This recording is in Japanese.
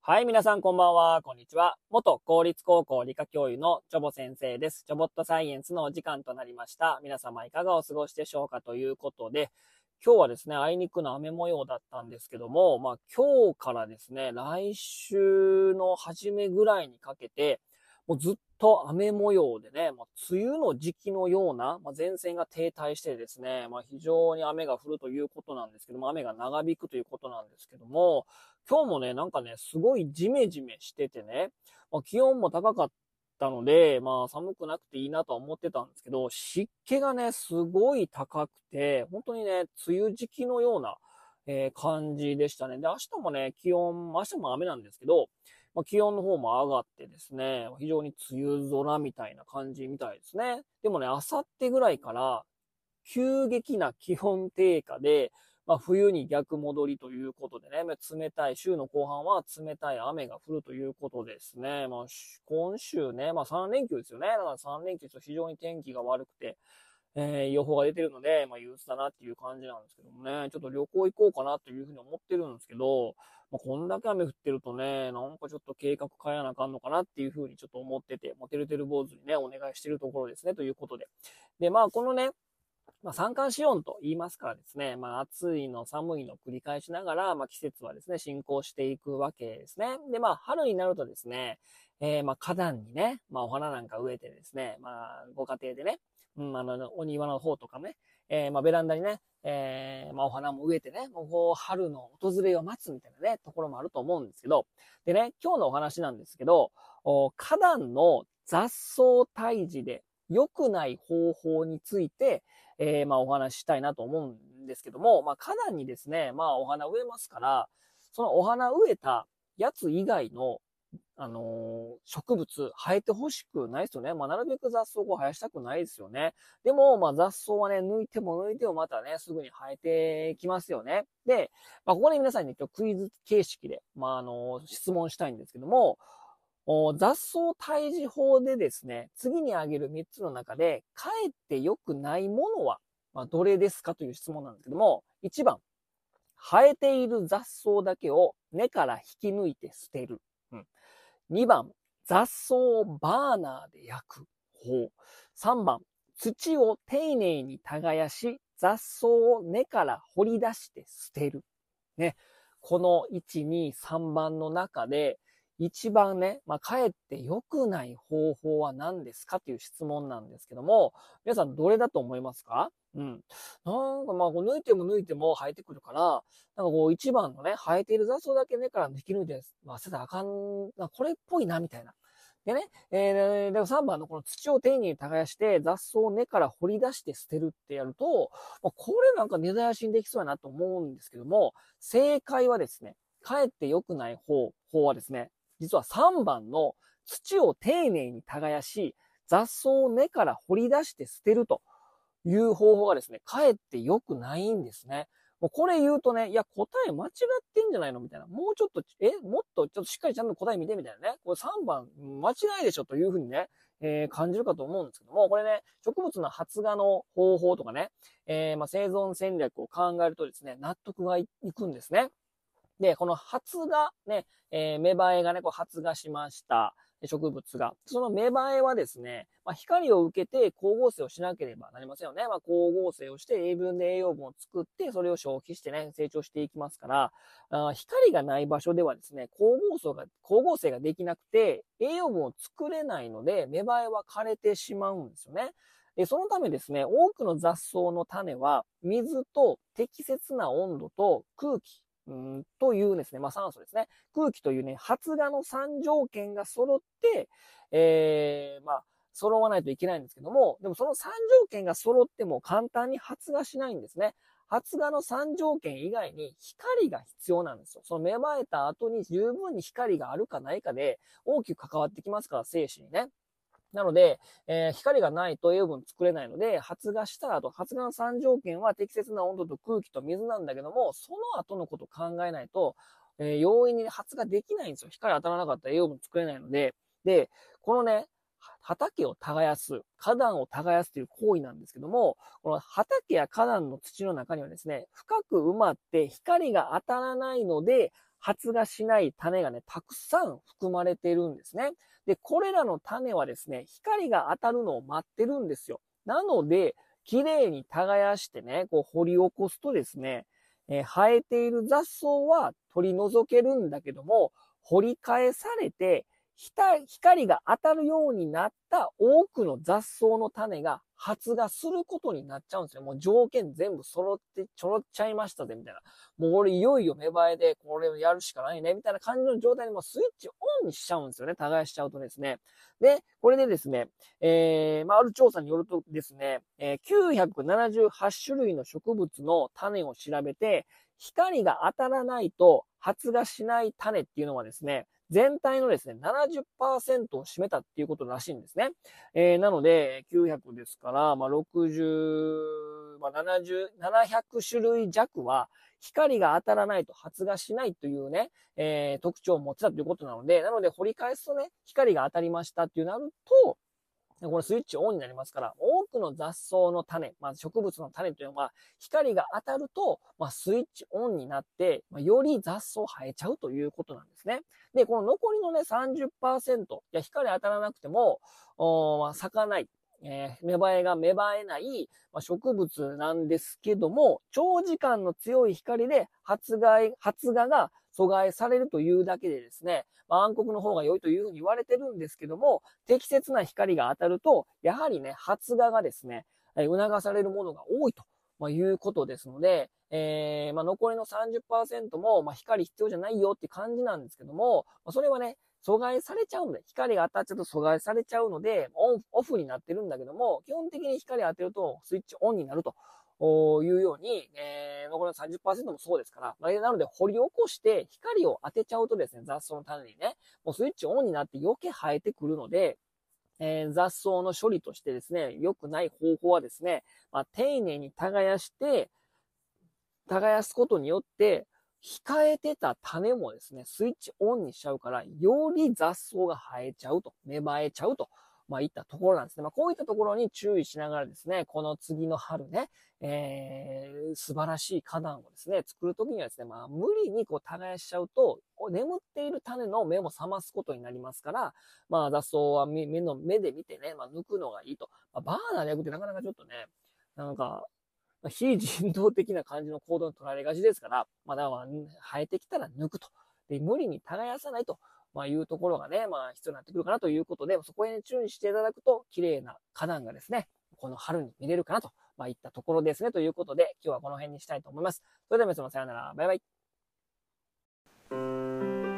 はい、皆さんこんばんは、こんにちは。元公立高校理科教諭のチョボ先生です。チョボットサイエンスのお時間となりました。皆様いかがお過ごしでしょうかということで、今日はですね、あいにくの雨模様だったんですけども、今日からですね、来週の初めぐらいにかけて、もうずっと雨模様でね、梅雨の時期のような、前線が停滞してですね、非常に雨が降るということなんですけども、雨が長引くということなんですけども、今日もね、すごいジメジメしててね、気温も高かったので、寒くなくていいなとは思ってたんですけど、湿気がね、すごい高くて、本当にね、梅雨時期のような、感じでしたね。で、明日もね、明日も雨なんですけど、気温の方も上がってですね、非常に梅雨空みたいな感じみたいですね。でもね、明後日ぐらいから、急激な気温低下で、冬に逆戻りということでね、冷たい、週の後半は冷たい雨が降るということですね。今週ね、3連休ですよね。だから3連休と非常に天気が悪くて、予報が出てるので、憂鬱だなっていう感じなんですけどもね、ちょっと旅行行こうかなというふうに思ってるんですけど、こんだけ雨降ってるとね、ちょっと計画変えなあかんのかなっていうふうにちょっと思ってて、てるてる坊主にね、お願いしてるところですね、ということで。で、このね、三寒四温と言いますからですね、暑いの寒いの繰り返しながら、季節はですね、進行していくわけですね。で、春になるとですね、花壇にね、お花なんか植えてですね、ご家庭でね、お庭の方とかね、ベランダにね、お花も植えてね、もうこう、春の訪れを待つみたいなね、ところもあると思うんですけど、でね、今日のお話なんですけど、花壇の雑草退治で良くない方法について、お話ししたいなと思うんですけども、花壇にですね、お花植えますから、そのお花植えたやつ以外の、植物生えてほしくないですよね。なるべく雑草を生やしたくないですよね。でも、雑草はね、抜いてもまたね、すぐに生えてきますよね。で、ここで皆さんに今日クイズ形式で、質問したいんですけども、雑草退治法でですね、次に挙げる3つの中で、かえって良くないものは、どれですかという質問なんですけども、1番、生えている雑草だけを根から引き抜いて捨てる。2番、雑草をバーナーで焼く方。3番、土を丁寧に耕し、雑草を根から掘り出して捨てる。ね。この1、2、3番の中で、一番ね、かえって良くない方法は何ですかっていう質問なんですけども、皆さんどれだと思いますか？うん。抜いても抜いても生えてくるから、一番のね、生えている雑草だけ根から引き抜いて、捨てたらあかん、これっぽいな、みたいな。でね、で3番のこの土を丁寧に耕して雑草を根から掘り出して捨てるってやると、これ根絶やしにできそうやなと思うんですけども、正解はですね、かえって良くない方はですね、実は3番の土を丁寧に耕し、雑草を根から掘り出して捨てるという方法がですね、かえって良くないんですね。もうこれ言うとね、いや、答え間違ってんじゃないのみたいな。もうちょっと、もっとちょっとしっかりちゃんと答え見てみたいなね。これ3番間違いでしょというふうにね、感じるかと思うんですけども、これね、植物の発芽の方法とかね、生存戦略を考えるとですね、納得がいくんですね。で、この発芽ね、芽生えがね、こう発芽しました。植物が。その芽生えはですね、光を受けて光合成をしなければなりませんよね。光合成をして栄分で栄養分を作って、それを消費してね、成長していきますから、光がない場所ではですね、光合成ができなくて、栄養分を作れないので、芽生えは枯れてしまうんですよね。そのためですね、多くの雑草の種は、水と適切な温度と空気、というですね、酸素ですね。空気というね、発芽の3条件が揃って、揃わないといけないんですけども、でもその3条件が揃っても簡単に発芽しないんですね。発芽の3条件以外に光が必要なんですよ。その芽生えた後に十分に光があるかないかで大きく関わってきますから、精子にね。なので、光がないと栄養分作れないので、発芽した後、発芽の3条件は適切な温度と空気と水なんだけども、その後のことを考えないと、容易に発芽できないんですよ。光当たらなかったら栄養分作れないので。で、このね、畑を耕す、花壇を耕すという行為なんですけども、この畑や花壇の土の中にはですね、深く埋まって光が当たらないので、 発芽しない種がね、たくさん含まれているんですね。で、これらの種はですね、光が当たるのを待ってるんですよ。なので、綺麗に耕してね、こう掘り起こすとですね、生えている雑草は取り除けるんだけども、掘り返されて、光が当たるようになった多くの雑草の種が発芽することになっちゃうんですよ。もう条件全部揃っちゃいましたぜ、みたいな。もう俺いよいよ芽生えでこれをやるしかないね、みたいな感じの状態でもうスイッチオンにしちゃうんですよね。耕しちゃうとですね。で、これでですね、ある調査によるとですね、978種類の植物の種を調べて、光が当たらないと発芽しない種っていうのはですね、全体のですね、70% を占めたっていうことらしいんですね。なので、900ですから、60、70、700種類弱は、光が当たらないと発芽しないというね、特徴を持ってたということなので、掘り返すとね、光が当たりましたっていうなると、これスイッチオンになりますから、多くの雑草の種、植物の種というのは、光が当たると、スイッチオンになって、より雑草生えちゃうということなんですね。で、この残りのね、30%、いや、光当たらなくても、咲かない。芽生えない、植物なんですけども、長時間の強い光で発芽が阻害されるというだけでですね、暗黒の方が良いというふうに言われてるんですけども、適切な光が当たると、やはりね、発芽がですね、促されるものが多いということですので、残りの30%も、光必要じゃないよって感じなんですけども、それはね、阻害されちゃうので、光が当たっちゃうと阻害されちゃうので、オフになってるんだけども、基本的に光当てるとスイッチオンになるというように、残りの 30% もそうですから、なので掘り起こして光を当てちゃうとですね、雑草の種にね、もうスイッチオンになって余計生えてくるので、雑草の処理としてですね、良くない方法はですね、丁寧に耕すことによって、控えてた種もですね、スイッチオンにしちゃうから、より雑草が生えちゃうと、芽生えちゃうと、いったところなんですね。こういったところに注意しながらですね、この次の春ね、素晴らしい花壇をですね、作るときにはですね、無理にこう耕しちゃうと、眠っている種の芽も覚ますことになりますから、雑草は目で見てね、抜くのがいいと。バーナーで焼くってなかなかちょっとね、なんか、非人道的な感じの行動に取られがちですから、だから生えてきたら抜くと。で、無理に耕さないと。いうところがね、必要になってくるかなということで、そこへ注意していただくと、綺麗な花壇がですね、この春に見れるかなと、いったところですね。ということで、今日はこの辺にしたいと思います。それでは皆様さようなら。バイバイ。